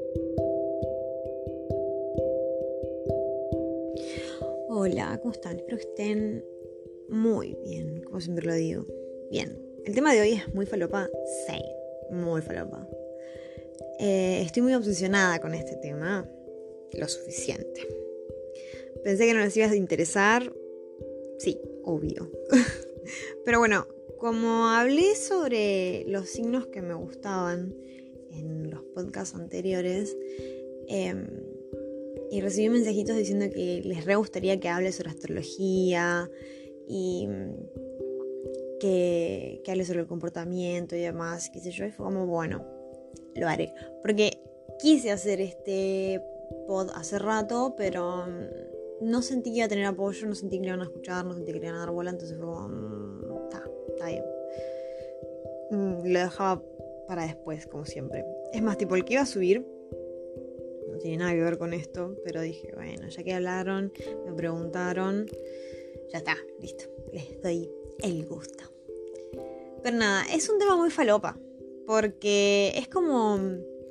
Hola, ¿cómo están? Espero que estén muy bien, como siempre lo digo. Bien, el tema de hoy es muy falopa, sí, muy falopa. Estoy muy obsesionada con este tema, lo suficiente. Pensé que no les iba a interesar, sí, obvio. Pero bueno, como hablé sobre los signos que me gustaban en los podcasts anteriores, y recibí mensajitos diciendo que les re gustaría que hable sobre astrología y que hable sobre el comportamiento y demás, qué sé yo, y fue como, bueno, lo haré. Porque quise hacer este pod hace rato, pero no sentí que iba a tener apoyo, no sentí que le iban a escuchar, no sentí que le iban a dar bola, entonces fue como, está bien. Lo dejaba para después, como siempre. Es más, tipo, el que iba a subir no tiene nada que ver con esto, pero dije, bueno, ya que hablaron, me preguntaron, ya está, listo, les doy el gusto. Pero nada, es un tema muy falopa, porque es como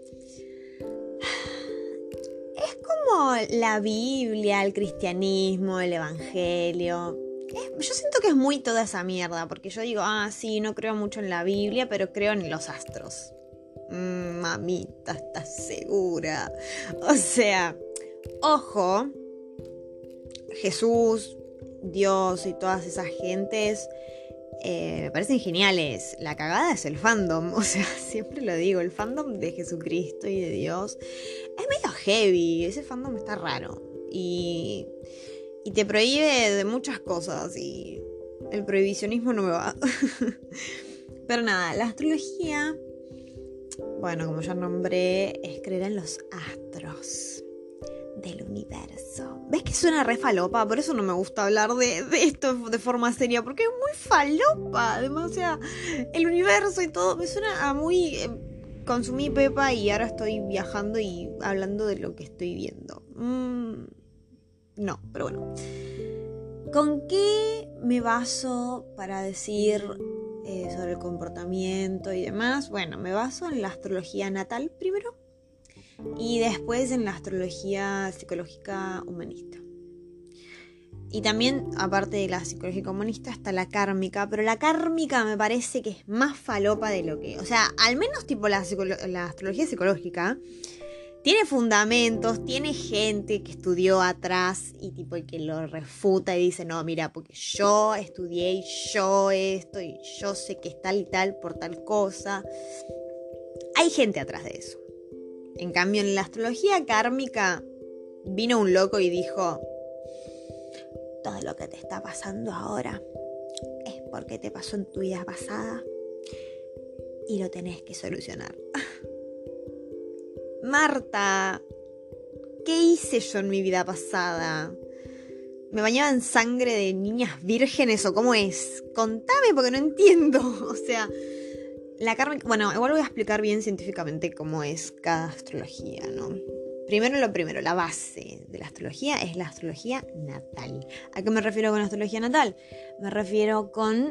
la Biblia, el cristianismo, el evangelio. Yo siento que es muy toda esa mierda, porque yo digo, sí, no creo mucho en la Biblia, pero creo en los astros. Mamita, ¿estás segura? O sea, ojo, Jesús, Dios y todas esas gentes me parecen geniales. La cagada es el fandom, o sea, siempre lo digo, el fandom de Jesucristo y de Dios es medio heavy, ese fandom está raro y te prohíbe de muchas cosas y el prohibicionismo no me va. Pero nada, la astrología, bueno, como ya nombré, es creer en los astros del universo. ¿Ves que suena re falopa? Por eso no me gusta hablar de esto de forma seria, porque es muy falopa. Además, o sea, el universo y todo me suena a muy... consumí pepa y ahora estoy viajando y hablando de lo que estoy viendo. No, pero bueno. ¿Con qué me baso para decir sobre el comportamiento y demás? Bueno, me baso en la astrología natal primero y después en la astrología psicológica humanista. Y también, aparte de la psicológica humanista, está la kármica, pero la kármica me parece que es más falopa de lo que... O sea, al menos tipo la astrología psicológica tiene fundamentos, tiene gente que estudió atrás y tipo el que lo refuta y dice, no, mira, porque yo estudié y yo esto y yo sé que es tal y tal por tal cosa. Hay gente atrás de eso. En cambio, en la astrología kármica vino un loco y dijo, todo lo que te está pasando ahora es porque te pasó en tu vida pasada y lo tenés que solucionar. Marta, ¿qué hice yo en mi vida pasada? ¿Me bañaba en sangre de niñas vírgenes o cómo es? Contame porque no entiendo. O sea, la kármica... Bueno, igual voy a explicar bien científicamente cómo es cada astrología, ¿no? Primero lo primero, la base de la astrología es la astrología natal. ¿A qué me refiero con astrología natal? Me refiero con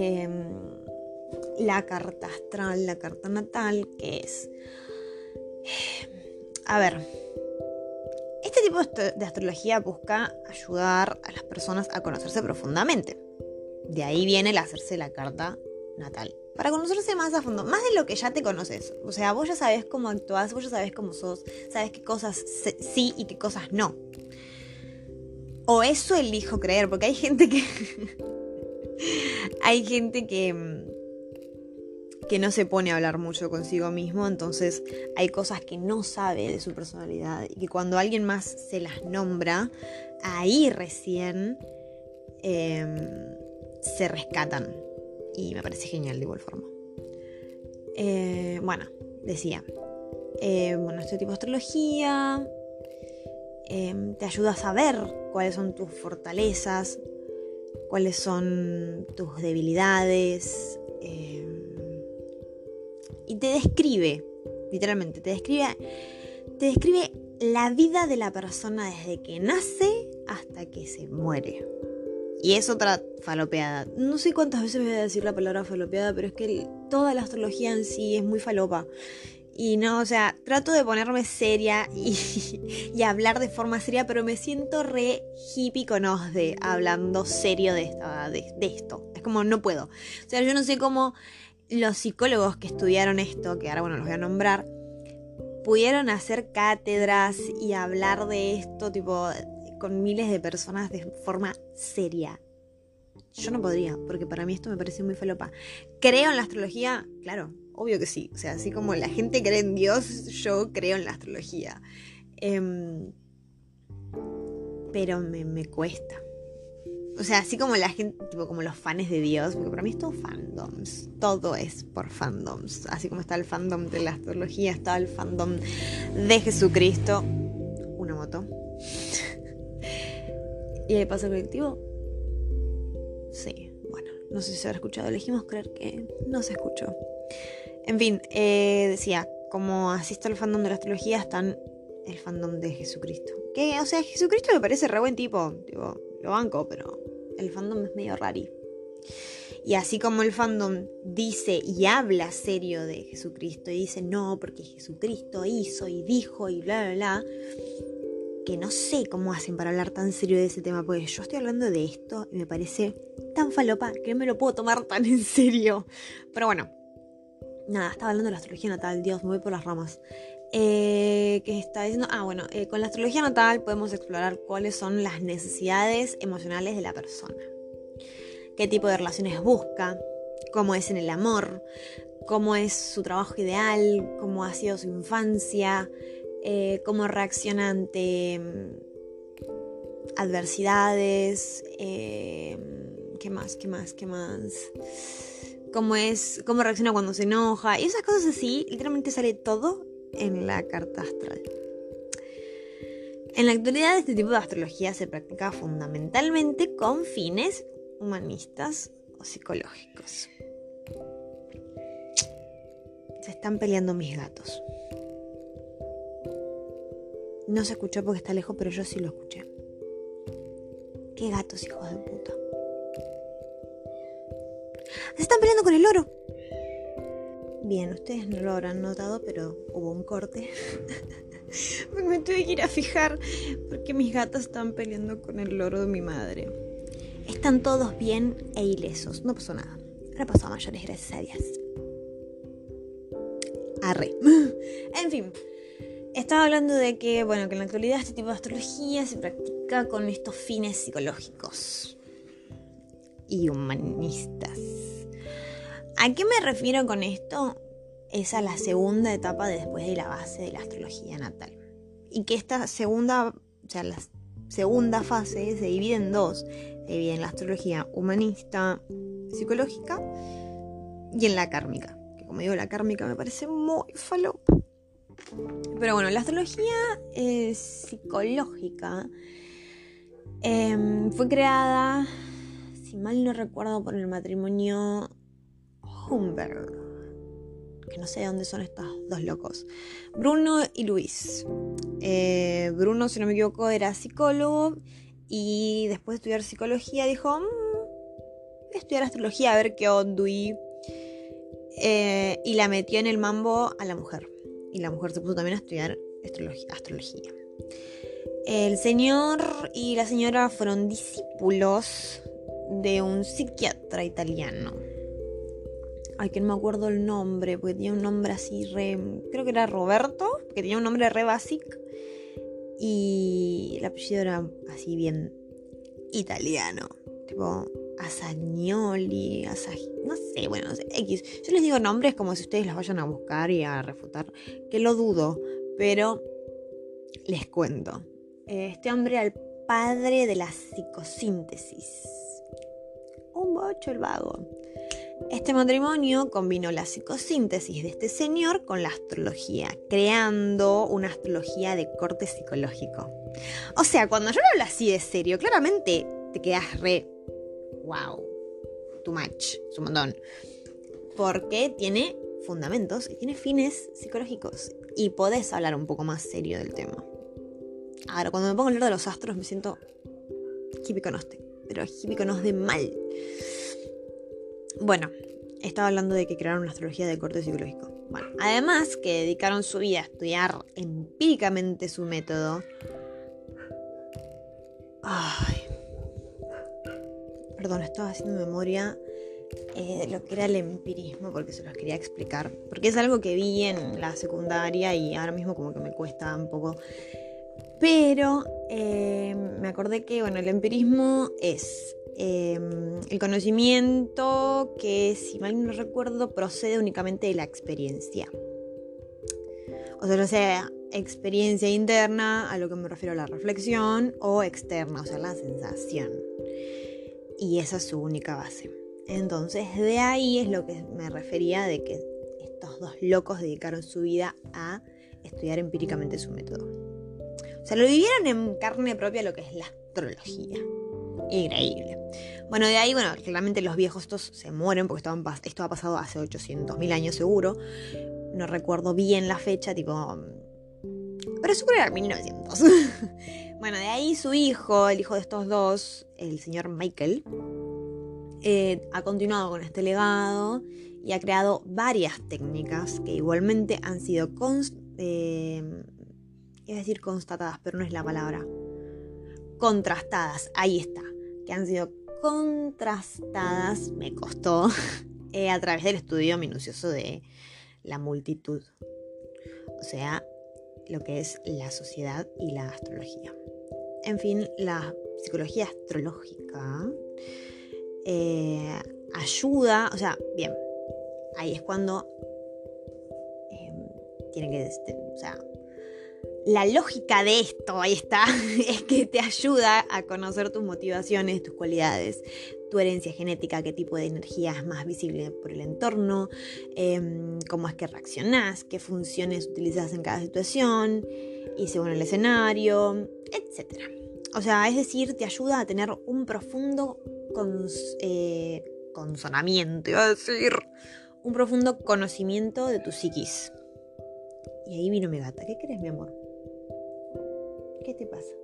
la carta astral, la carta natal, que es... A ver, este tipo de astrología busca ayudar a las personas a conocerse profundamente. De ahí viene el hacerse la carta natal. Para conocerse más a fondo, más de lo que ya te conoces. O sea, vos ya sabés cómo actuás, vos ya sabés cómo sos, sabés qué cosas sí y qué cosas no. O eso elijo creer, porque hay gente que... hay gente que no se pone a hablar mucho consigo mismo, entonces hay cosas que no sabe de su personalidad y que cuando alguien más se las nombra, ahí recién se rescatan. Y me parece genial de igual forma. Bueno, decía, este tipo de astrología te ayuda a saber cuáles son tus fortalezas, cuáles son tus debilidades, y te describe, literalmente, te describe la vida de la persona desde que nace hasta que se muere. Y es otra falopeada. No sé cuántas veces voy a decir la palabra falopeada, pero es que toda la astrología en sí es muy falopa. Y no, o sea, trato de ponerme seria y hablar de forma seria, pero me siento re hippie con Osde hablando serio de esto. Es como, no puedo. O sea, yo no sé cómo los psicólogos que estudiaron esto, que ahora bueno los voy a nombrar, pudieron hacer cátedras y hablar de esto, tipo, con miles de personas de forma seria. Yo no podría, porque para mí esto me parece muy falopa. ¿Creo en la astrología? Claro, obvio que sí. O sea, así como la gente cree en Dios, yo creo en la astrología. Pero me cuesta. O sea, así como la gente, tipo como los fans de Dios, porque para mí es todo fandoms. Todo es por fandoms. Así como está el fandom de la astrología, está el fandom de Jesucristo. Una moto. ¿Y el paso colectivo? Sí, bueno, no sé si se habrá escuchado. Elegimos creer que no se escuchó. En fin, decía, como asisto al fandom de la astrología, están el fandom de Jesucristo. Que, o sea, Jesucristo me parece re buen tipo, lo banco, pero el fandom es medio rari. Y así como el fandom dice y habla serio de Jesucristo y dice no, porque Jesucristo hizo y dijo y bla, bla, bla, que no sé cómo hacen para hablar tan serio de ese tema, porque yo estoy hablando de esto y me parece tan falopa que no me lo puedo tomar tan en serio. Pero bueno, nada, estaba hablando de la astrología natal, Dios, me voy por las ramas. ¿Qué está diciendo? Bueno, con la astrología natal podemos explorar cuáles son las necesidades emocionales de la persona. Qué tipo de relaciones busca, cómo es en el amor, cómo es su trabajo ideal, cómo ha sido su infancia, cómo reacciona ante adversidades, ¿qué más? Cómo reacciona cuando se enoja, y esas cosas así, literalmente sale todo en la carta astral. En la actualidad este tipo de astrología se practica fundamentalmente con fines humanistas o psicológicos. Se están peleando mis gatos. No se escuchó porque está lejos, pero yo sí lo escuché. Qué gatos, hijos de puta. Se están peleando con el loro. Bien, ustedes no lo habrán notado, pero hubo un corte. Me tuve que ir a fijar porque mis gatos están peleando con el loro de mi madre. Están todos bien e ilesos, no pasó nada. Ahora pasó a mayores, gracias a Dios. Arre. En fin, estaba hablando de que, bueno, que en la actualidad este tipo de astrología se practica con estos fines psicológicos y humanistas. ¿A qué me refiero con esto? Es a la segunda etapa después de la base de la astrología natal. Y que esta segunda, o sea, la segunda fase se divide en dos. Se divide en la astrología humanista, psicológica y en la kármica. Que como digo, la kármica me parece muy falopa. Pero bueno, la astrología psicológica fue creada, si mal no recuerdo, por el matrimonio Humbert, que no sé de dónde son estos dos locos, Bruno y Luis. Bruno, si no me equivoco, era psicólogo y después de estudiar psicología dijo, voy a estudiar astrología a ver qué onda, y la metió en el mambo a la mujer. Y la mujer se puso también a estudiar astrología. El señor y la señora fueron discípulos de un psiquiatra italiano. Ay, que no me acuerdo el nombre, porque tenía un nombre así creo que era Roberto, porque tenía un nombre re básico. Y el apellido era así bien italiano. Tipo Asagnoli, no sé, bueno, no sé, X. Yo les digo nombres como si ustedes los vayan a buscar y a refutar, que lo dudo, pero les cuento. Este hombre era el padre de la psicosíntesis. Un bocho el vago. Este matrimonio combinó la psicosíntesis de este señor con la astrología, creando una astrología de corte psicológico. O sea, cuando yo lo hablo así de serio, claramente te quedas re wow, too much, es un montón. Porque tiene fundamentos y tiene fines psicológicos. Y podés hablar un poco más serio del tema. Ahora, cuando me pongo a hablar de los astros me siento hippie con Oste, pero hippie con Oste de mal. Bueno, estaba hablando de que crearon una astrología de corte psicológico. Bueno, además que dedicaron su vida a estudiar empíricamente su método. Ay, perdón, estaba haciendo memoria de lo que era el empirismo, porque se los quería explicar. Porque es algo que vi en la secundaria y ahora mismo como que me cuesta un poco. Pero me acordé que, bueno, el empirismo es el conocimiento que, si mal no recuerdo, procede únicamente de la experiencia. O sea, no sea experiencia interna, a lo que me refiero a la reflexión, o externa, o sea, la sensación. Y esa es su única base. Entonces, de ahí es lo que me refería de que estos dos locos dedicaron su vida a estudiar empíricamente su método. O sea, lo vivieron en carne propia lo que es la astrología. Increíble. Bueno, de ahí, claramente los viejos estos se mueren porque esto ha pasado hace 800.000 años seguro. No recuerdo bien la fecha, pero seguro era 1900. Bueno, de ahí su hijo, el hijo de estos dos, el señor Michael, ha continuado con este legado y ha creado varias técnicas que igualmente han sido iba a decir constatadas, pero no es la palabra. Contrastadas, ahí está. Que han sido contrastadas, me costó, a través del estudio minucioso de la multitud. O sea, lo que es la sociedad y la astrología. En fin, la psicología astrológica ayuda, o sea, bien, ahí es cuando tiene que, o sea, la lógica de esto, ahí está, es que te ayuda a conocer tus motivaciones, tus cualidades, tu herencia genética, qué tipo de energía es más visible por el entorno, cómo es que reaccionás, qué funciones utilizas en cada situación y según el escenario, etc. O sea, es decir, te ayuda a tener un profundo consonamiento, iba a decir, un profundo conocimiento de tu psiquis. Y ahí vino mi gata. ¿Qué crees, mi amor? ¿Qué te pasa?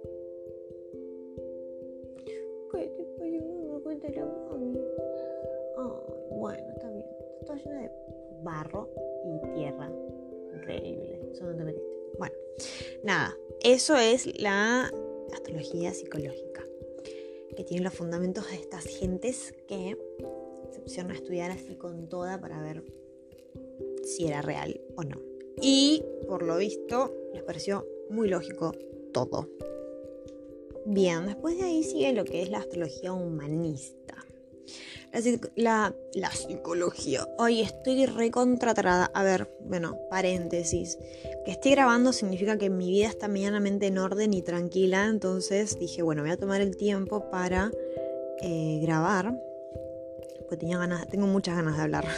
¿Qué te pasa? No me cuenta la mami. Ay, bueno, está bien. Está llena de barro y tierra. Increíble. Eso no te metiste. Bueno, nada. Eso es la astrología psicológica, que tiene los fundamentos de estas gentes que se pusieron a estudiar así con toda para ver si era real o no. Y por lo visto les pareció muy lógico todo. Bien, después de ahí sigue lo que es la astrología humanista. La psicología. Hoy estoy recontratada. A ver, paréntesis. Que esté grabando significa que mi vida está medianamente en orden y tranquila. Entonces dije, voy a tomar el tiempo para grabar. Porque tengo muchas ganas de hablar.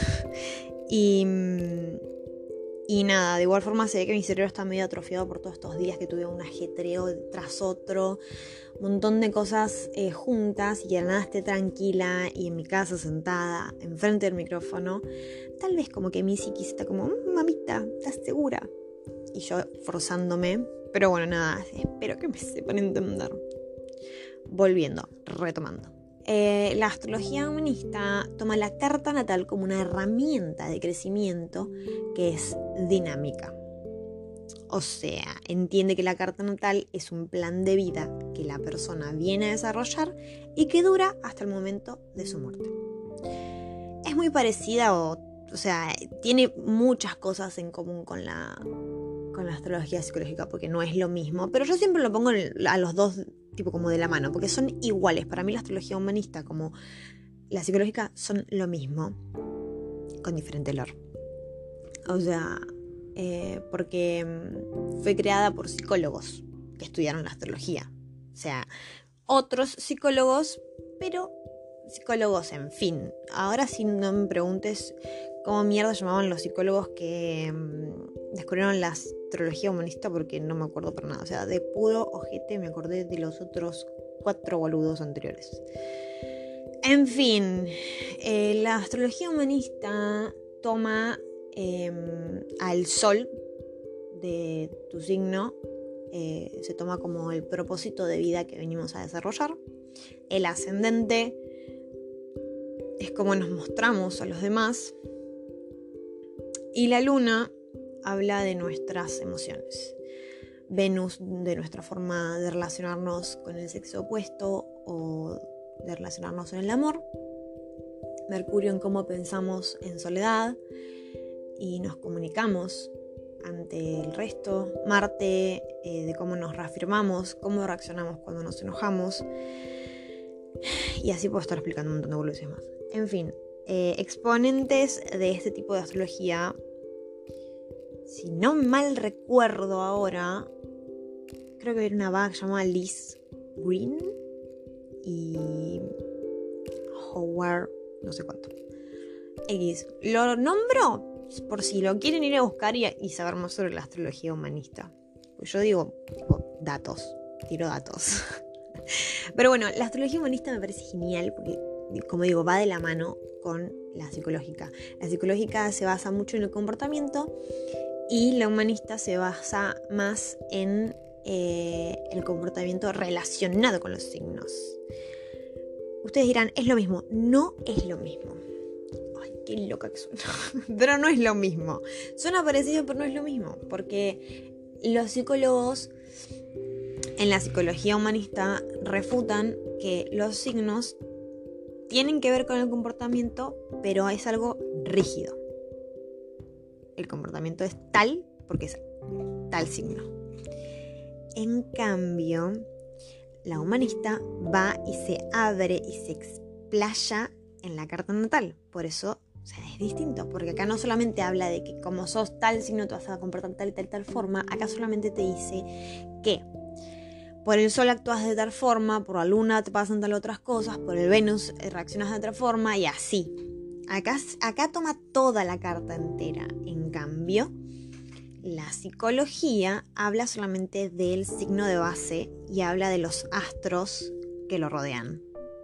Y nada, de igual forma se ve que mi cerebro está medio atrofiado por todos estos días que tuve un ajetreo tras otro, un montón de cosas juntas, y que de nada esté tranquila y en mi casa sentada, enfrente del micrófono. Tal vez como que mi psiquis está como, mamita, ¿estás segura? Y yo forzándome, pero bueno, nada, espero que me sepan entender. Volviendo, retomando. La astrología humanista toma la carta natal como una herramienta de crecimiento que es dinámica. O sea, entiende que la carta natal es un plan de vida que la persona viene a desarrollar y que dura hasta el momento de su muerte. Es muy parecida o sea, tiene muchas cosas en común con la astrología psicológica, porque no es lo mismo, pero yo siempre lo pongo a los dos tipo como de la mano, porque son iguales. Para mí la astrología humanista como la psicológica son lo mismo, con diferente olor. O sea, porque fue creada por psicólogos que estudiaron la astrología. O sea, otros psicólogos, pero psicólogos, en fin. Ahora sí no me preguntes cómo mierda llamaban los psicólogos que descubrieron la astrología humanista, porque no me acuerdo para nada. O sea, de puro ojete me acordé de los otros 4 boludos anteriores. En fin, la astrología humanista toma al sol de tu signo, se toma como el propósito de vida que venimos a desarrollar. El ascendente es cómo nos mostramos a los demás. Y la luna habla de nuestras emociones. Venus de nuestra forma de relacionarnos con el sexo opuesto o de relacionarnos en el amor. Mercurio en cómo pensamos en soledad y nos comunicamos ante el resto. Marte de cómo nos reafirmamos, cómo reaccionamos cuando nos enojamos. Y así puedo estar explicando un montón de boludeces más. En fin, exponentes de este tipo de astrología, si no mal recuerdo ahora, creo que era una vaga llamada Liz Green y Howard, no sé cuánto. X. Lo nombro por si lo quieren ir a buscar y saber más sobre la astrología humanista. Pues yo digo, tipo, datos, tiro datos. Pero bueno, la astrología humanista me parece genial porque, como digo, va de la mano con la psicológica. La psicológica se basa mucho en el comportamiento y la humanista se basa más en el comportamiento relacionado con los signos. Ustedes dirán, es lo mismo. No es lo mismo. Ay, qué loca que suena. Pero no es lo mismo. Suena parecido, pero no es lo mismo. Porque los psicólogos en la psicología humanista refutan que los signos tienen que ver con el comportamiento, pero es algo rígido. El comportamiento es tal porque es tal signo. En cambio, la humanista va y se abre y se explaya en la carta natal. Por eso, o sea, es distinto. Porque acá no solamente habla de que como sos tal signo te vas a comportar tal y tal forma. Acá solamente te dice que por el sol actúas de tal forma, por la luna te pasan tal otras cosas, por el Venus reaccionas de otra forma y así. Acá toma toda la carta entera. En cambio, la psicología habla solamente del signo de base y habla de los astros que lo rodean.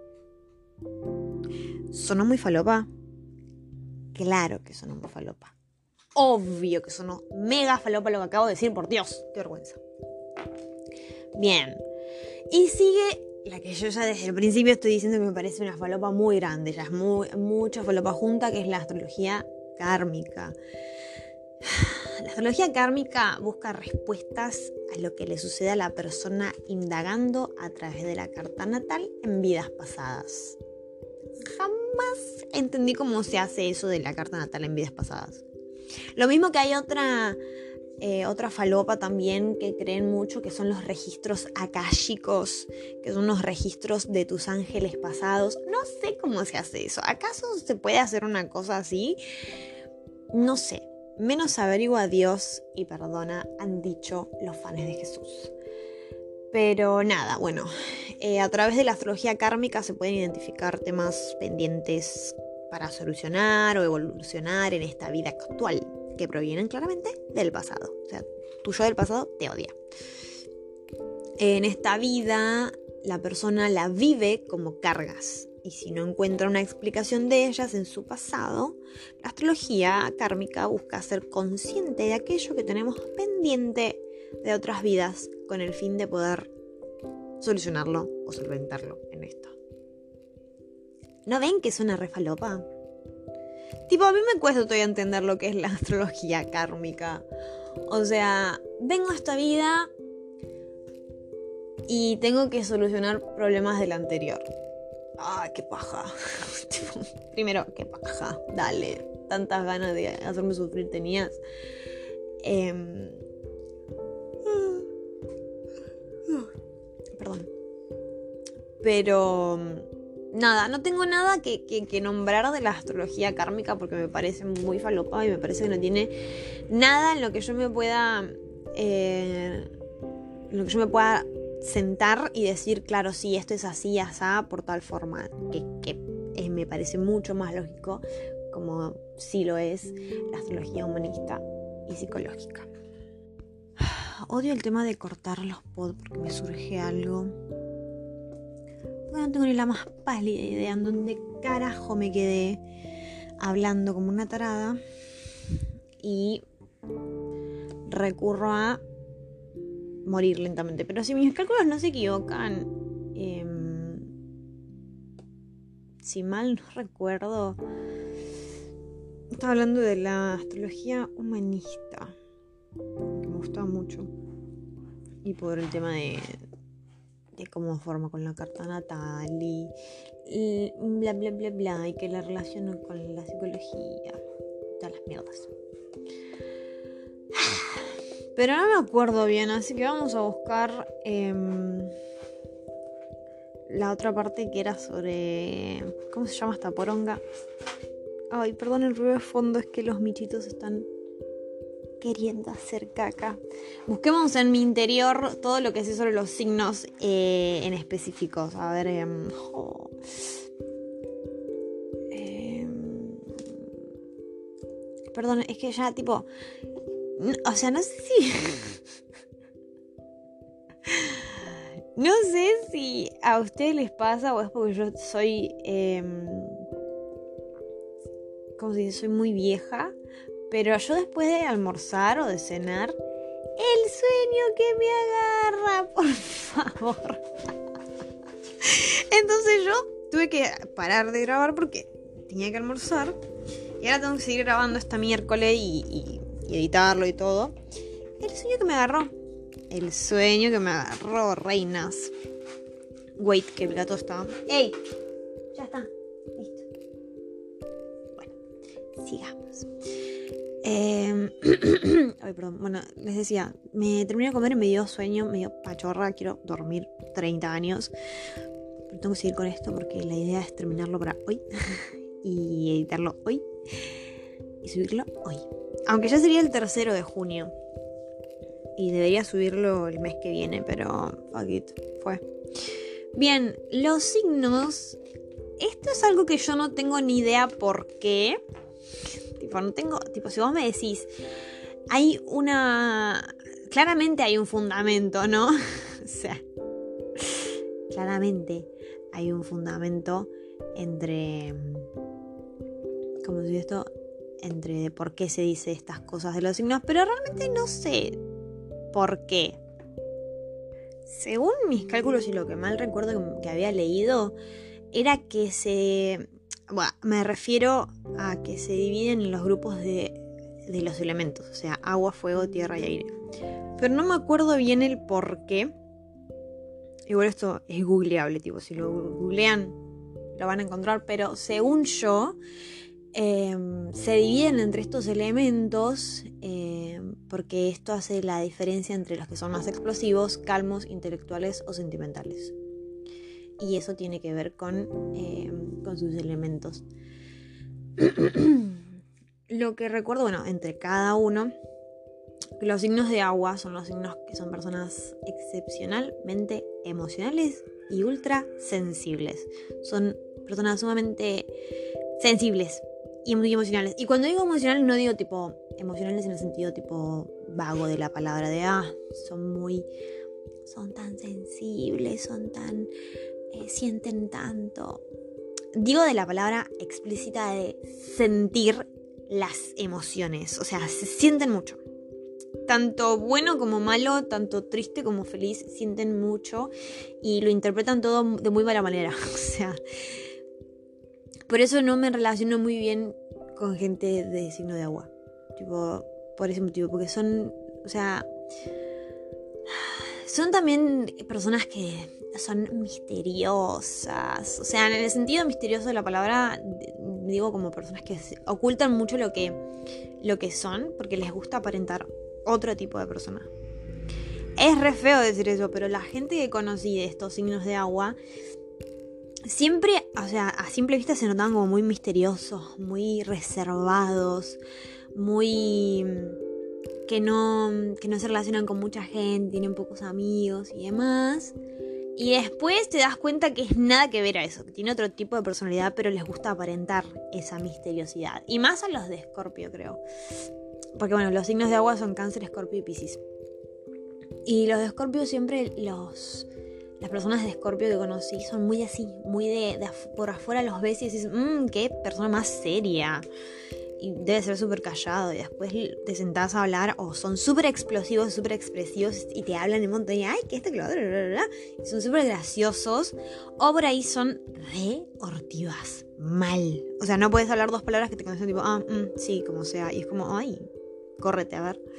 ¿Sonó muy falopa? Claro que sonó muy falopa. Obvio que sonó mega falopa lo que acabo de decir, por Dios, qué vergüenza. Bien, y sigue la que yo ya desde el principio estoy diciendo que me parece una falopa muy grande, ya es mucha falopa junta, que es la astrología kármica. La astrología kármica busca respuestas a lo que le sucede a la persona indagando a través de la carta natal en vidas pasadas. Jamás entendí cómo se hace eso de la carta natal en vidas pasadas. Lo mismo que hay otra falopa también que creen mucho, que son los registros akáshicos, que son los registros de tus ángeles pasados. No sé cómo se hace eso. ¿Acaso se puede hacer una cosa así? No sé. Menos averigua a Dios y perdona, han dicho los fans de Jesús. Pero nada, bueno, a través de la astrología kármica se pueden identificar temas pendientes para solucionar o evolucionar en esta vida actual, que provienen claramente del pasado. O sea, tu yo del pasado te odia. En esta vida, la persona la vive como cargas. Y si no encuentra una explicación de ellas en su pasado, la astrología kármica busca ser consciente de aquello que tenemos pendiente de otras vidas con el fin de poder solucionarlo o solventarlo en esto. ¿No ven que es una re falopa? Tipo, a mí me cuesta todavía entender lo que es la astrología kármica. O sea, vengo a esta vida y tengo que solucionar problemas del anterior. ¡Ah, qué paja! Primero, qué paja. Dale, tantas ganas de hacerme sufrir tenías. Perdón. Pero nada, no tengo nada que nombrar de la astrología kármica porque me parece muy falopa y me parece que no tiene nada en lo que yo me pueda sentar y decir, claro, sí, esto es así, asá, por tal forma, que me parece mucho más lógico, como sí lo es la astrología humanista y psicológica. Odio el tema de cortar los pods porque me surge algo. No tengo ni la más pálida idea en dónde carajo me quedé hablando como una tarada y recurro a morir lentamente. Pero si mis cálculos no se equivocan, si mal no recuerdo, estaba hablando de la astrología humanista, que me gustaba mucho. Y por el tema de cómo forma con la carta natal y bla bla bla bla, y que la relación con la psicología, todas las mierdas. Pero no me acuerdo bien, así que vamos a buscar la otra parte que era sobre... ¿Cómo se llama esta poronga? Ay, perdón el ruido de fondo, es que los michitos están queriendo hacer caca. Busquemos en mi interior todo lo que sé sobre los signos en específicos. A ver... Perdón, es que ya tipo... O sea, no sé si... No sé si a ustedes les pasa o es porque yo soy... ¿cómo se dice? Soy muy vieja. Pero yo después de almorzar o de cenar, el sueño que me agarra, por favor. Entonces yo tuve que parar de grabar porque tenía que almorzar. Y ahora tengo que seguir grabando esta miércoles y editarlo y todo. El sueño que me agarró. El sueño que me agarró, reinas. Wait, que el gato está... ¡Ey! Ya está. Listo. Bueno, sigamos. Ay, perdón. Bueno, les decía, me terminé de comer y me dio sueño, me dio pachorra. Quiero dormir 30 años. Pero tengo que seguir con esto porque la idea es terminarlo para hoy. Y editarlo hoy. Y subirlo hoy. Aunque ya sería el 3 de junio. Y debería subirlo el mes que viene, pero fuck it, fue. Bien, los signos. Esto es algo que yo no tengo ni idea por qué. Tipo, no tengo. Tipo, si vos me decís, hay una. Claramente hay un fundamento, ¿no? O sea. Claramente hay un fundamento entre. ¿Cómo se dice esto? Entre por qué se dice estas cosas de los signos. Pero realmente no sé por qué. Según mis cálculos y lo que mal recuerdo que había leído, era que se... Bueno, me refiero a que se dividen en los grupos de los elementos. O sea, agua, fuego, tierra y aire. Pero no me acuerdo bien el por qué. Igual esto es googleable, tipo, si lo googlean lo van a encontrar. Pero según yo... se dividen entre estos elementos porque esto hace la diferencia entre los que son más explosivos, calmos, intelectuales o sentimentales. Y eso tiene que ver con sus elementos. Lo que recuerdo, bueno, entre cada uno, los signos de agua son los signos que son personas excepcionalmente emocionales y ultra sensibles. Son personas sumamente sensibles y muy emocionales. Y cuando digo emocionales no digo tipo emocionales en el sentido tipo vago de la palabra de son tan sensibles, son tan sienten tanto. Digo de la palabra explícita de sentir las emociones, o sea, se sienten mucho. Tanto bueno como malo, tanto triste como feliz, sienten mucho y lo interpretan todo de muy mala manera. O sea, por eso no me relaciono muy bien con gente de signo de agua. Tipo, por ese motivo, porque son, o sea, son también personas que son misteriosas. O sea, en el sentido misterioso de la palabra, digo como personas que ocultan mucho lo que son, porque les gusta aparentar otro tipo de persona. Es re feo decir eso, pero la gente que conocí de estos signos de agua siempre, o sea, a simple vista se notaban como muy misteriosos, muy reservados, muy que no se relacionan con mucha gente, tienen pocos amigos y demás. Y después te das cuenta que es nada que ver a eso, que tiene otro tipo de personalidad, pero les gusta aparentar esa misteriosidad. Y más a los de Escorpio, creo. Porque bueno, los signos de agua son Cáncer, Escorpio y Piscis. Y los de Escorpio siempre las personas de Escorpio que conocí son muy así, muy de por afuera los ves y decís, qué persona más seria, y debe ser súper callado, y después te sentás a hablar, o son súper explosivos, súper expresivos, y te hablan un montón, y ay, que esto, que lo otro, bla, bla, bla, y son súper graciosos, o por ahí son re hortivas, mal. O sea, no puedes hablar 2 palabras que te conocen tipo, sí, como sea, y es como, ay, córrete, a ver.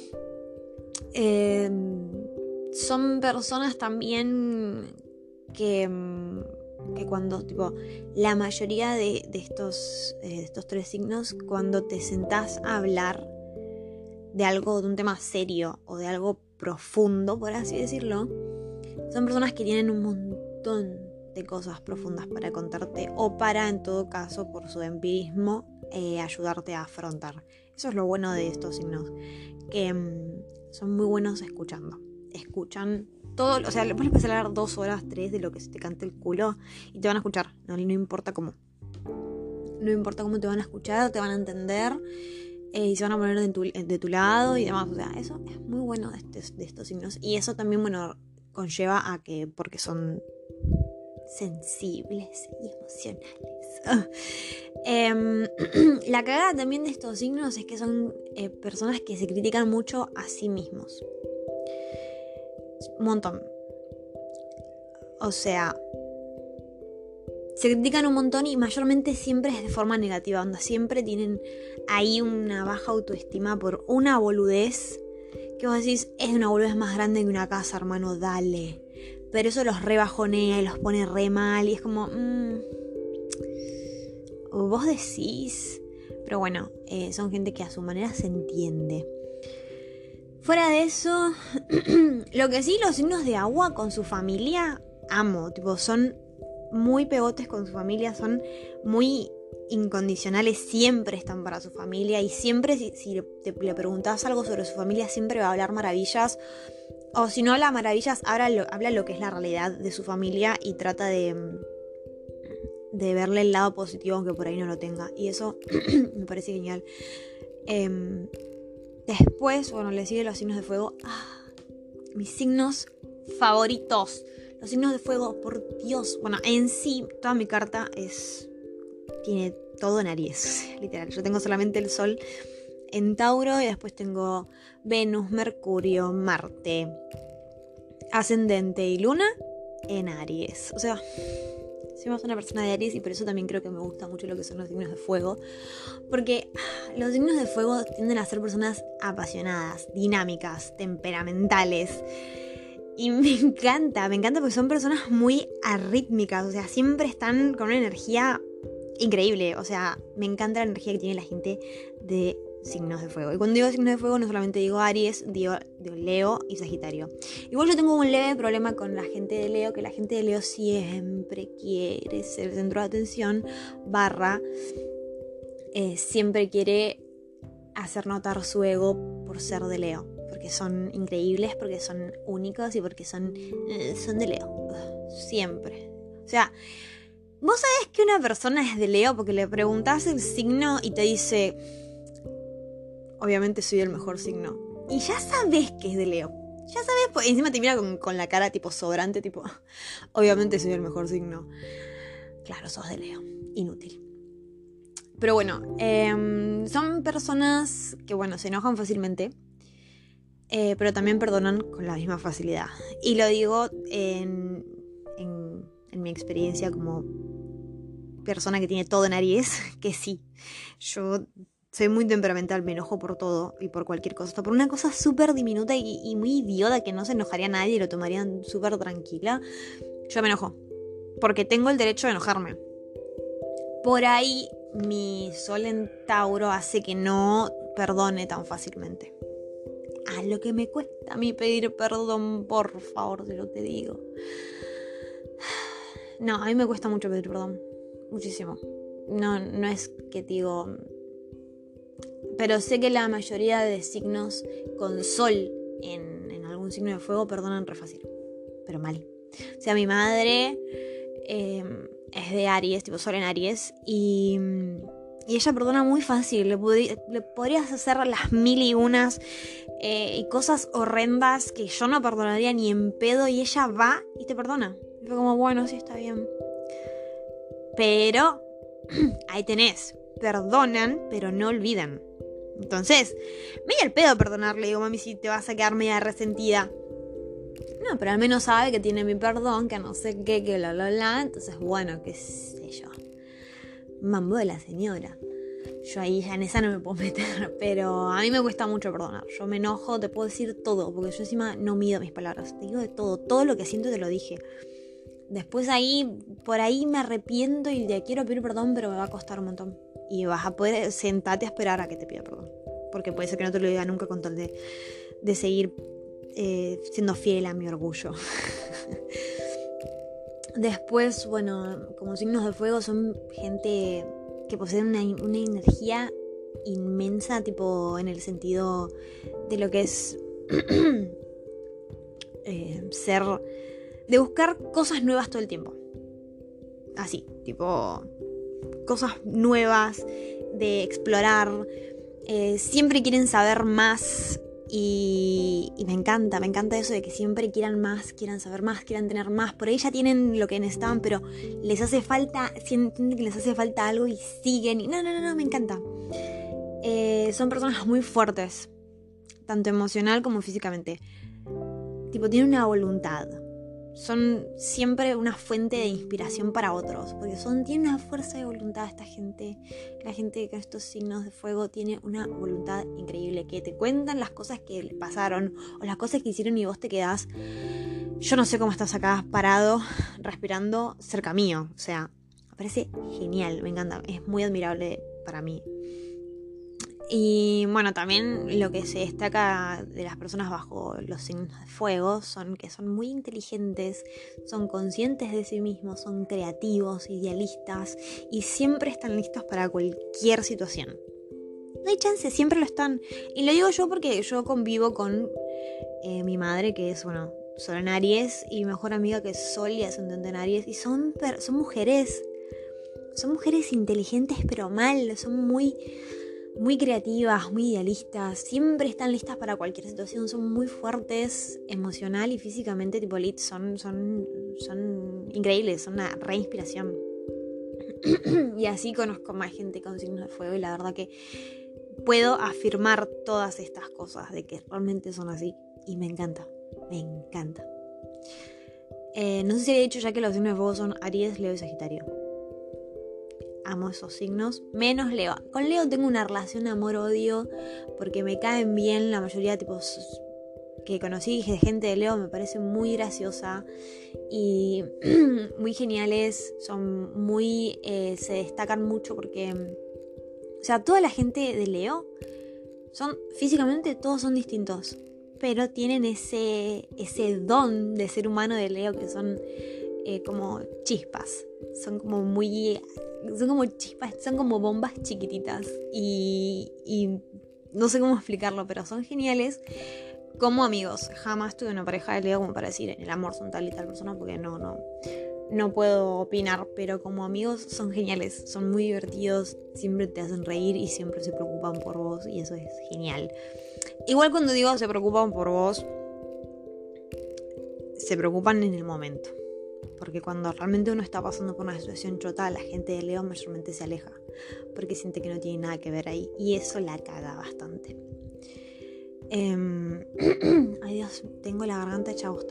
Son personas también que cuando, tipo, la mayoría de estos 3 signos, cuando te sentás a hablar de algo, de un tema serio o de algo profundo, por así decirlo, son personas que tienen un montón de cosas profundas para contarte, o para, en todo caso, por su empirismo, ayudarte a afrontar. Eso es lo bueno de estos signos, que son muy buenos escuchando. Escuchan todo, o sea, le puedes empezar a hablar 2 horas, 3 de lo que se te cante el culo y te van a escuchar, no importa cómo. No importa cómo te van a escuchar, te van a entender, y se van a poner de tu lado y demás. O sea, eso es muy bueno de estos signos. Y eso también, bueno, conlleva a que, porque son sensibles y emocionales. La cagada también de estos signos es que son personas que se critican mucho a sí mismos. Un montón. O sea, se critican un montón y mayormente siempre es de forma negativa. Onda, siempre tienen ahí una baja autoestima por una boludez que vos decís, es una boludez más grande que una casa, hermano, dale. Pero eso los rebajonea y los pone re mal y es como, vos decís. Pero bueno, son gente que a su manera se entiende. Fuera de eso, lo que sí, los signos de agua con su familia, amo. Tipo, son muy pegotes con su familia, son muy incondicionales, siempre están para su familia. Y siempre, si le preguntás algo sobre su familia, siempre va a hablar maravillas. O si no habla maravillas, habla lo que es la realidad de su familia y trata de verle el lado positivo, aunque por ahí no lo tenga. Y eso me parece genial. Después, bueno, le sigue los signos de fuego. Mis signos favoritos. Los signos de fuego, por Dios. Bueno, en sí, toda mi carta tiene todo en Aries, literal. Yo tengo solamente el Sol en Tauro y después tengo Venus, Mercurio, Marte, Ascendente y Luna en Aries. O sea, soy más una persona de Aries y por eso también creo que me gusta mucho lo que son los signos de fuego. Porque los signos de fuego tienden a ser personas apasionadas, dinámicas, temperamentales. Y me encanta porque son personas muy arrítmicas. O sea, siempre están con una energía increíble. O sea, me encanta la energía que tiene la gente de signos de fuego. Y cuando digo signos de fuego no solamente digo Aries, digo Leo y Sagitario. Igual yo tengo un leve problema con la gente de Leo, que la gente de Leo siempre quiere ser el centro de atención, siempre quiere hacer notar su ego por ser de Leo, porque son increíbles, porque son únicos y porque son de Leo. Siempre. O sea, vos sabés que una persona es de Leo porque le preguntás el signo y te dice, obviamente soy el mejor signo. Y ya sabés que es de Leo. Ya sabés, pues encima te mira con la cara tipo sobrante, tipo, obviamente soy el mejor signo. Claro, sos de Leo. Inútil. Pero bueno, son personas que, bueno, se enojan fácilmente, pero también perdonan con la misma facilidad. Y lo digo en mi experiencia como persona que tiene todo en Aries, que sí, yo soy muy temperamental, me enojo por todo y por cualquier cosa, hasta por una cosa súper diminuta y muy idiota que no se enojaría a nadie y lo tomarían súper tranquila. Yo me enojo, porque tengo el derecho de enojarme. Por ahí mi Sol en Tauro hace que no perdone tan fácilmente. Lo que me cuesta a mí pedir perdón, por favor, te lo te digo. No, a mí me cuesta mucho pedir perdón. Muchísimo. No es que digo... Pero sé que la mayoría de signos con Sol en algún signo de fuego perdonan re fácil. Pero mal. O sea, mi madre es de Aries, tipo Sol en Aries. Y ella perdona muy fácil. Le podrías hacer las 1001 y cosas horrendas que yo no perdonaría ni en pedo. Y ella va y te perdona. Y fue como, bueno, sí, está bien. Pero ahí tenés. perdonan, pero no olvidan. Entonces, medio al pedo perdonarle. Digo, mami, si te vas a quedar media resentida. No, pero al menos sabe que tiene mi perdón, que no sé qué, que bla. Entonces, bueno, qué sé yo. Mambo de la señora. Yo ahí ya en esa no me puedo meter, pero a mí me cuesta mucho perdonar. Yo me enojo, te puedo decir todo, porque yo encima no mido mis palabras. Te digo de todo, todo lo que siento te lo dije. Después ahí, por ahí me arrepiento y te quiero pedir perdón, pero me va a costar un montón. Y vas a poder sentarte a esperar a que te pida perdón. Porque puede ser que no te lo diga nunca con tal de seguir siendo fiel a mi orgullo. Después, bueno, como signos de fuego son gente que poseen una energía inmensa, tipo en el sentido de lo que es ser, de buscar cosas nuevas todo el tiempo. Así, tipo cosas nuevas, de explorar, siempre quieren saber más. Y me encanta eso de que siempre quieran más, quieran saber más, quieran tener más. Por ahí ya tienen lo que necesitaban, pero les hace falta, sienten que les hace falta algo y siguen. Y no, me encanta. Son personas muy fuertes, tanto emocional como físicamente. Tipo, tienen una voluntad. Son siempre una fuente de inspiración para otros, porque tienen una fuerza de voluntad esta gente. La gente con estos signos de fuego tiene una voluntad increíble, que te cuentan las cosas que les pasaron o las cosas que hicieron y vos te quedás. Yo no sé cómo estás acá parado, respirando cerca mío. O sea, me parece genial, me encanta, es muy admirable para mí. Y bueno, también lo que se destaca de las personas bajo los signos de fuego son que son muy inteligentes, son conscientes de sí mismos, son creativos, idealistas y siempre están listos para cualquier situación. No hay chance, siempre lo están. Y lo digo yo porque yo convivo con mi madre, que es, bueno, Sol en Aries, y mi mejor amiga que es Sol y ascendente en Aries, y son mujeres. Son mujeres inteligentes pero mal, son muy creativas, muy idealistas, siempre están listas para cualquier situación, son muy fuertes emocional y físicamente, tipo lit, son increíbles, son una re inspiración. Y así conozco más gente con signos de fuego y la verdad que puedo afirmar todas estas cosas de que realmente son así y me encanta. No sé si había dicho ya que los signos de fuego son Aries, Leo y Sagitario. Amo esos signos, menos Leo. Con Leo tengo una relación amor-odio porque me caen bien la mayoría de tipos que conocí de gente de Leo, me parece muy graciosa y muy geniales, son muy, se destacan mucho porque, o sea, toda la gente de Leo físicamente todos son distintos, pero tienen ese don de ser humano de Leo que son como chispas, son como chispas, son como bombas chiquititas y no sé cómo explicarlo, pero son geniales como amigos. Jamás tuve una pareja de Leo como para decir en el amor son tal y tal persona, porque no puedo opinar, pero como amigos son geniales, son muy divertidos, siempre te hacen reír y siempre se preocupan por vos y eso es genial. Igual cuando digo se preocupan por vos, se preocupan en el momento. Porque cuando realmente uno está pasando por una situación chota, la gente de Leo mayormente se aleja. Porque siente que no tiene nada que ver ahí. Y eso la caga bastante. Ay Dios, tengo la garganta hecha bosta.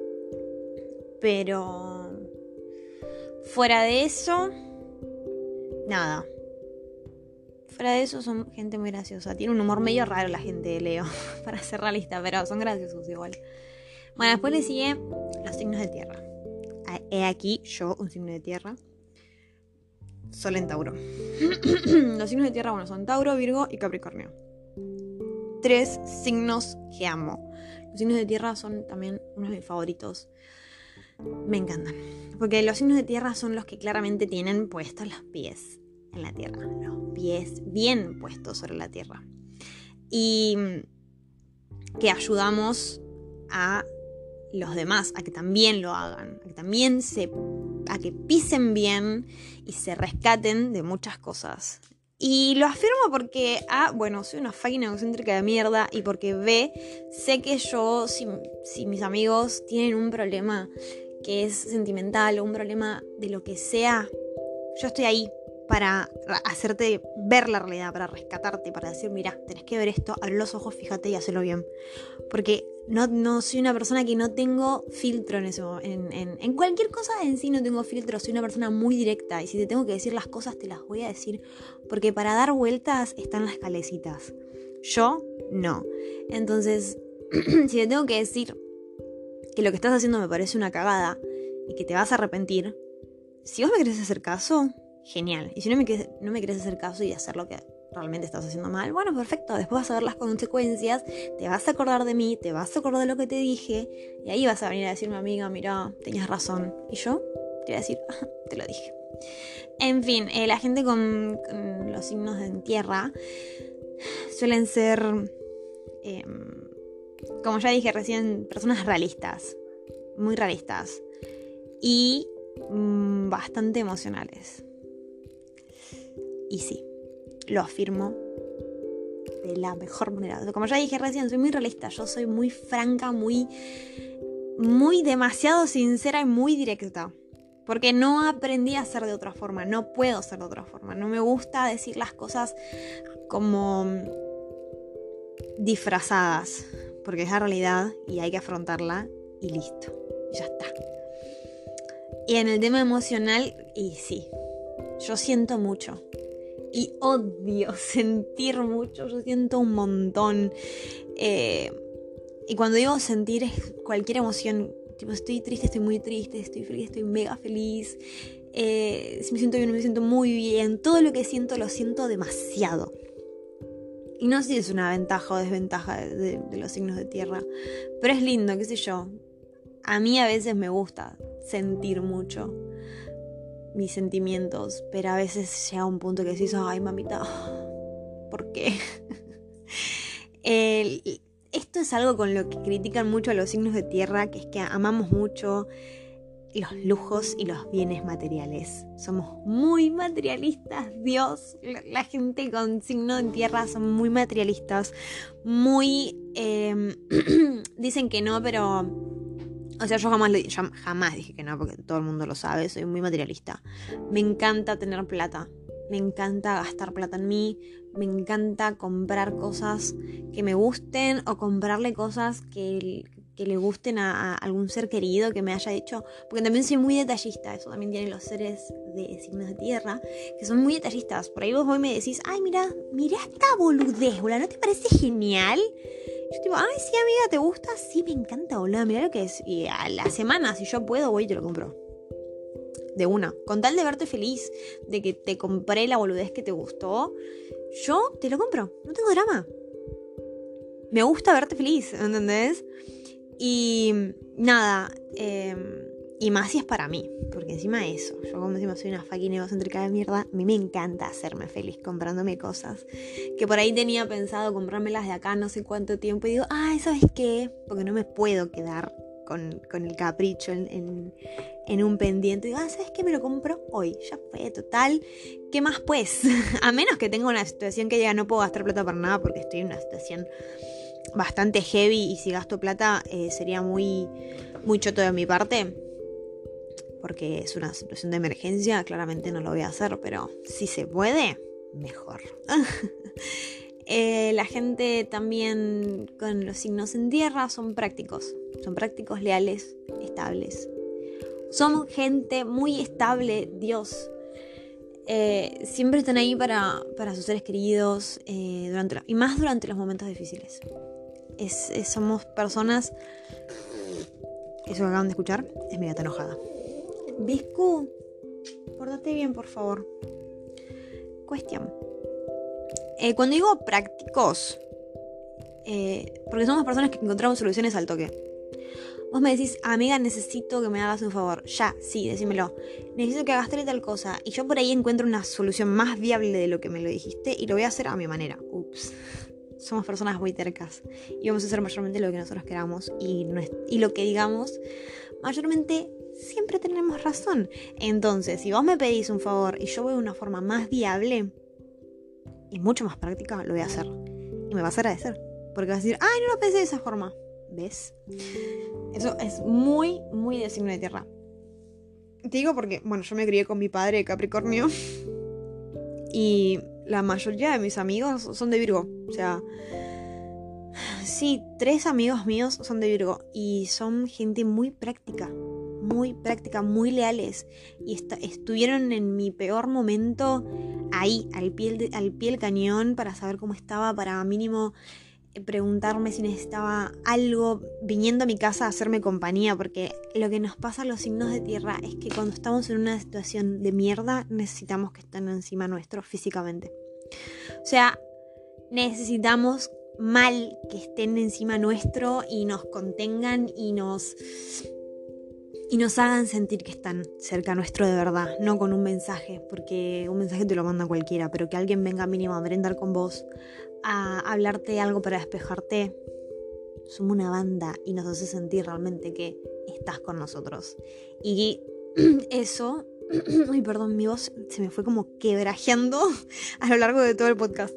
Pero fuera de eso, nada. Fuera de eso son gente muy graciosa. Tiene un humor medio raro la gente de Leo, para ser realista, pero son graciosos igual. Bueno, después le sigue los signos de tierra. He aquí yo, un signo de tierra. Sol en Tauro. Los signos de tierra, bueno, son Tauro, Virgo y Capricornio. 3 signos que amo. Los signos de tierra son también uno de mis favoritos. Me encantan. Porque los signos de tierra son los que claramente tienen puestos los pies en la tierra. Los pies bien puestos sobre la tierra. Y que ayudamos a los demás a que también lo hagan, a que también a que pisen bien y se rescaten de muchas cosas. Y lo afirmo porque bueno, soy una fucking egocéntrica de mierda y porque sé que yo, si mis amigos tienen un problema que es sentimental o un problema de lo que sea, yo estoy ahí para hacerte ver la realidad, para rescatarte, para decir, mira, tenés que ver esto, abre los ojos, fíjate y hacelo bien. Porque no soy una persona que no tengo filtro en eso. En cualquier cosa en sí no tengo filtro, soy una persona muy directa. Y si te tengo que decir las cosas, te las voy a decir. Porque para dar vueltas están las calecitas. Yo, no. Entonces, si te tengo que decir que lo que estás haciendo me parece una cagada y que te vas a arrepentir, si vos me querés hacer caso, genial. Y si no me querés hacer caso y hacer lo que realmente estás haciendo mal, bueno, perfecto. Después vas a ver las consecuencias, te vas a acordar de mí, te vas a acordar de lo que te dije, y ahí vas a venir a decirme, amiga, mira, tenías razón. Y yo te voy a decir, te lo dije. En fin, la gente con los signos en tierra suelen ser, como ya dije recién, personas realistas, muy realistas y bastante emocionales. Y sí, lo afirmo de la mejor manera. Como ya dije recién, soy muy realista. Yo soy muy franca, muy demasiado sincera y muy directa. Porque no aprendí a ser de otra forma. No puedo ser de otra forma. No me gusta decir las cosas como disfrazadas. Porque es la realidad y hay que afrontarla y listo. Ya está. Y en el tema emocional, y sí, yo siento mucho. Y odio sentir mucho, yo siento un montón. Y cuando digo sentir es cualquier emoción. Tipo, estoy triste, estoy muy triste, estoy feliz, estoy mega feliz. Si me siento bien, me siento muy bien. Todo lo que siento, lo siento demasiado. Y no sé si es una ventaja o desventaja de los signos de tierra. Pero es lindo, qué sé yo. A mí a veces me gusta sentir mucho mis sentimientos, pero a veces llega un punto que decís, ay mamita, ¿por qué? Esto es algo con lo que critican mucho a los signos de tierra, que es que amamos mucho los lujos y los bienes materiales. Somos muy materialistas, Dios. La gente con signo de tierra son muy materialistas, muy... dicen que no, pero... O sea, yo jamás dije que no, porque todo el mundo lo sabe, soy muy materialista. Me encanta tener plata, me encanta gastar plata en mí, me encanta comprar cosas que me gusten o comprarle cosas que le gusten a algún ser querido que me haya hecho, porque también soy muy detallista, eso también tienen los seres de signos de tierra, que son muy detallistas. Por ahí vos hoy me decís, ay, mira esta boludez, boludo, ¿no te parece genial? Yo tipo, ay, sí, amiga, ¿te gusta? Sí, me encanta, boludo, mirá lo que es. Y a la semana, si yo puedo, voy y te lo compro. De una. Con tal de verte feliz, de que te compré la boludez que te gustó, yo te lo compro. No tengo drama. Me gusta verte feliz, ¿entendés? Y nada, y más si es para mí, porque encima de eso, yo como encima soy una fucking egocéntrica de mierda, a mí me encanta hacerme feliz comprándome cosas que por ahí tenía pensado comprármelas de acá no sé cuánto tiempo y digo, ay, ¿sabes qué? Porque no me puedo quedar con el capricho en un pendiente. Digo, ¿sabes qué? Me lo compro hoy, ya fue, total, ¿qué más pues? A menos que tenga una situación que diga no puedo gastar plata para nada porque estoy en una situación bastante heavy y si gasto plata sería muy, muy choto de mi parte porque es una situación de emergencia, claramente no lo voy a hacer, pero si se puede, mejor. La gente también con los signos en tierra son prácticos, leales, estables. Son gente muy estable, Dios. Siempre están ahí para sus seres queridos y más durante los momentos difíciles. Somos personas... Eso que acaban de escuchar es mi gata enojada. Biscu, pórtate bien, por favor. Cuestión. Cuando digo prácticos, porque somos personas que encontramos soluciones al toque. Vos me decís, amiga, necesito que me hagas un favor. Ya, sí, decímelo. Necesito que hagas tal y tal cosa. Y yo por ahí encuentro una solución más viable de lo que me lo dijiste y lo voy a hacer a mi manera. Ups. Somos personas muy tercas y vamos a hacer mayormente lo que nosotros queramos y lo que digamos, mayormente siempre tenemos razón. Entonces, si vos me pedís un favor y yo veo una forma más viable y mucho más práctica, lo voy a hacer. Y me vas a agradecer. Porque vas a decir, ay, no lo pensé de esa forma. ¿Ves? Eso es muy, muy de signo de tierra. Te digo porque, bueno, yo me crié con mi padre de Capricornio. Y la mayoría de mis amigos son de Virgo. O sea, sí, 3 amigos míos son de Virgo. Y son gente muy práctica, muy leales. Y estuvieron en mi peor momento ahí, al pie del cañón, para saber cómo estaba, para mínimo preguntarme si necesitaba algo, viniendo a mi casa a hacerme compañía, porque lo que nos pasa a los signos de tierra es que cuando estamos en una situación de mierda necesitamos que estén encima nuestro físicamente. O sea, necesitamos mal que estén encima nuestro y nos contengan y nos hagan sentir que están cerca nuestro de verdad, no con un mensaje, porque un mensaje te lo manda cualquiera, pero que alguien venga mínimo a merendar con vos, a hablarte algo para despejarte. Somos una banda y nos hace sentir realmente que estás con nosotros. Y eso, ay, perdón, mi voz se me fue como quebrajeando a lo largo de todo el podcast.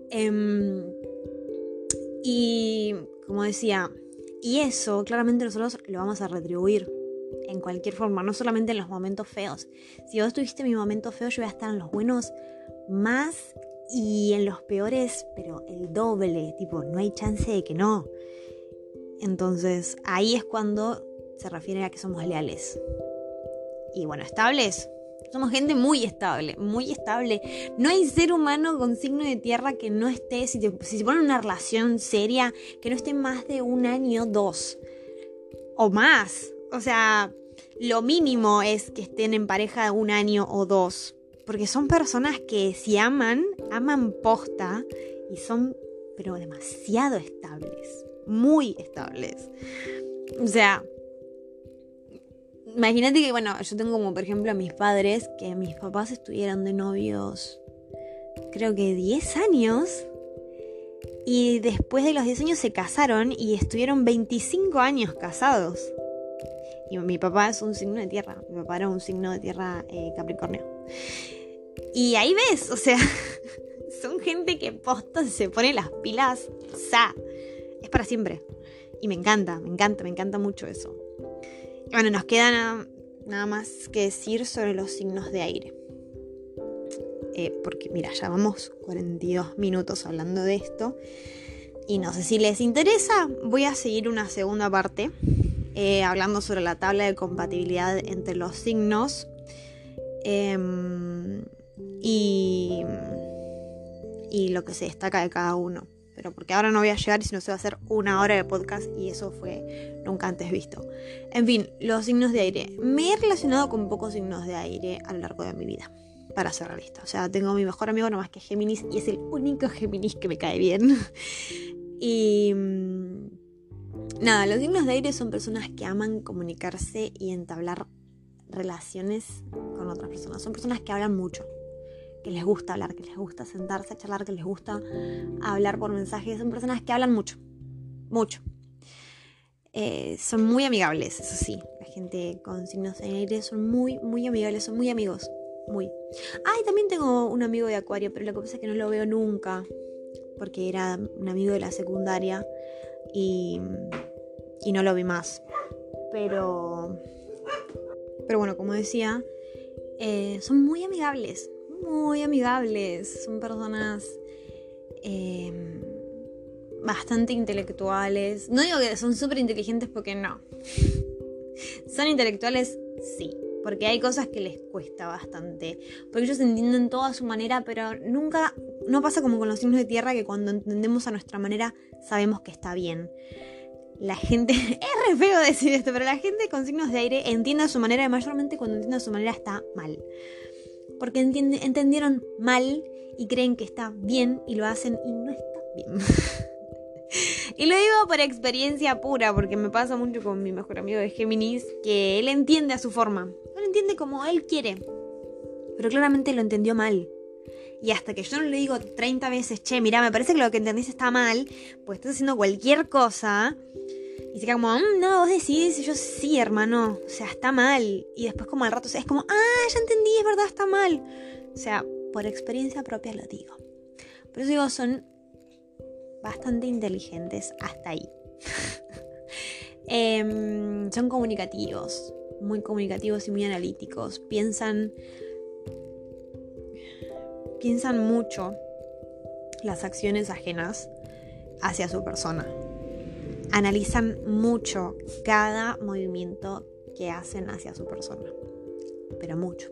Y como decía, y eso claramente nosotros lo vamos a retribuir en cualquier forma, no solamente en los momentos feos. Si vos tuviste mi momento feo, yo voy a estar en los buenos más y en los peores, pero el doble, tipo, no hay chance de que no. Entonces, ahí es cuando se refiere a que somos leales. Y bueno, estables. Somos gente muy estable, muy estable. No hay ser humano con signo de tierra que no esté, si se pone en una relación seria, que no esté más de 1 año, 2. O más. O sea, lo mínimo es que estén en pareja 1 año o 2. Porque son personas que si aman posta y son, pero demasiado estables. Muy estables. O sea, imagínate que, bueno, yo tengo como por ejemplo a mis padres, que mis papás estuvieron de novios, creo que 10 años. Y después de los 10 años se casaron y estuvieron 25 años casados. Y mi papá es un signo de tierra. Mi papá era un signo de tierra Capricornio. Y ahí ves, o sea, son gente que posta se pone las pilas, es para siempre. Y me encanta mucho eso. Y bueno, nos queda nada más que decir sobre los signos de aire. Porque mira, ya vamos 42 minutos hablando de esto. Y no sé si les interesa, voy a seguir una segunda parte. Hablando sobre la tabla de compatibilidad entre los signos. Y lo que se destaca de cada uno. Pero porque ahora no voy a llegar y si no se va a hacer 1 hora de podcast y eso fue nunca antes visto. En fin, los signos de aire. Me he relacionado con pocos signos de aire a lo largo de mi vida, para ser realista. O sea, tengo a mi mejor amigo nomás que Géminis y es el único Géminis que me cae bien. Y nada, los signos de aire son personas que aman comunicarse y entablar relaciones con otras personas. Son personas que hablan mucho, que les gusta hablar, que les gusta sentarse a charlar, que les gusta hablar por mensajes. Son personas que hablan mucho. Son muy amigables, eso sí. La gente con signos de aire son muy amigables, son muy amigos. Y también tengo un amigo de Acuario, pero lo que pasa es que no lo veo nunca, porque era un amigo de la secundaria y no lo vi más. Pero bueno, como decía, son muy amigables. Son personas bastante intelectuales. No digo que son súper inteligentes porque no. Son intelectuales, sí. Porque hay cosas que les cuesta bastante. Porque ellos entienden todo a su manera, pero nunca... No pasa como con los signos de tierra, que cuando entendemos a nuestra manera sabemos que está bien. La gente... Es re feo decir esto, pero la gente con signos de aire entiende a su manera y mayormente cuando entiende a su manera está mal. Porque entendieron mal y creen que está bien y lo hacen y no está bien. Y lo digo por experiencia pura, porque me pasa mucho con mi mejor amigo de Géminis, que él entiende a su forma. Él entiende como él quiere, pero claramente lo entendió mal. Y hasta que yo no le digo 30 veces, che, mira, me parece que lo que entendís está mal, pues estás haciendo cualquier cosa, y se queda como, no, vos decís, y yo, sí, hermano, o sea, está mal. Y después como al rato, o sea, es como, ya entendí, es verdad, está mal. O sea, por experiencia propia lo digo. Por eso digo, son bastante inteligentes hasta ahí. Son comunicativos, muy comunicativos y muy analíticos. Piensan piensan mucho las acciones ajenas hacia su persona. Analizan mucho cada movimiento que hacen hacia su persona, pero mucho.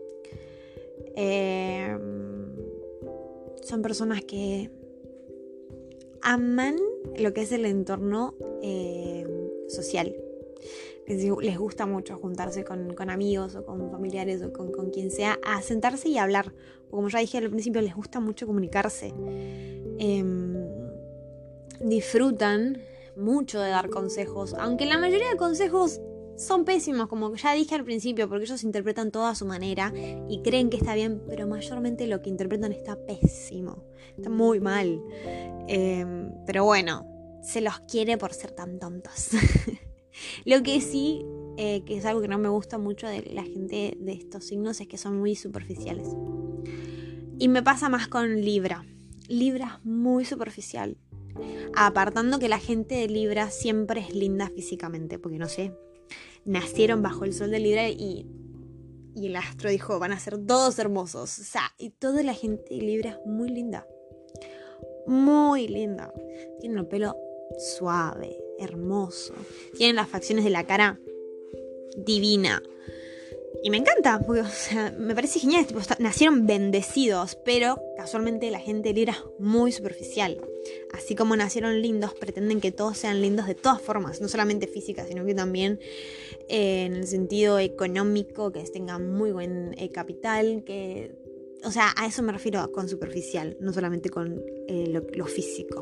Son personas que aman lo que es el entorno social. Les gusta mucho juntarse con amigos o con familiares o con quien sea a sentarse y hablar. Como ya dije al principio, les gusta mucho comunicarse. Disfrutan mucho de dar consejos, aunque la mayoría de consejos son pésimos, como ya dije al principio, porque ellos interpretan todo a su manera y creen que está bien, pero mayormente lo que interpretan está pésimo, está muy mal. Pero bueno, se los quiere por ser tan tontos. Lo que sí, que es algo que no me gusta mucho de la gente de estos signos, es que son muy superficiales. Y me pasa más con Libra. Libra es muy superficial. Apartando que la gente de Libra siempre es linda físicamente, porque no sé, nacieron bajo el sol de Libra y el astro dijo, van a ser todos hermosos. O sea, y toda la gente de Libra es muy linda. Muy linda. Tienen el pelo suave, hermoso. Tienen las facciones de la cara divina. Y me encanta, porque, o sea, me parece genial. Tipo, nacieron bendecidos, pero casualmente la gente de Libra es muy superficial. Así como nacieron lindos, pretenden que todos sean lindos de todas formas, no solamente física, sino que también en el sentido económico, que tengan muy buen capital, que, o sea, a eso me refiero con superficial, no solamente con lo físico.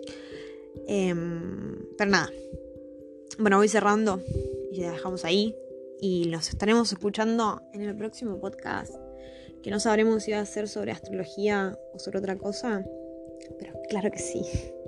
Pero nada, bueno, voy cerrando y ya dejamos ahí. Y nos estaremos escuchando en el próximo podcast, que no sabremos si va a ser sobre astrología o sobre otra cosa, pero claro que sí.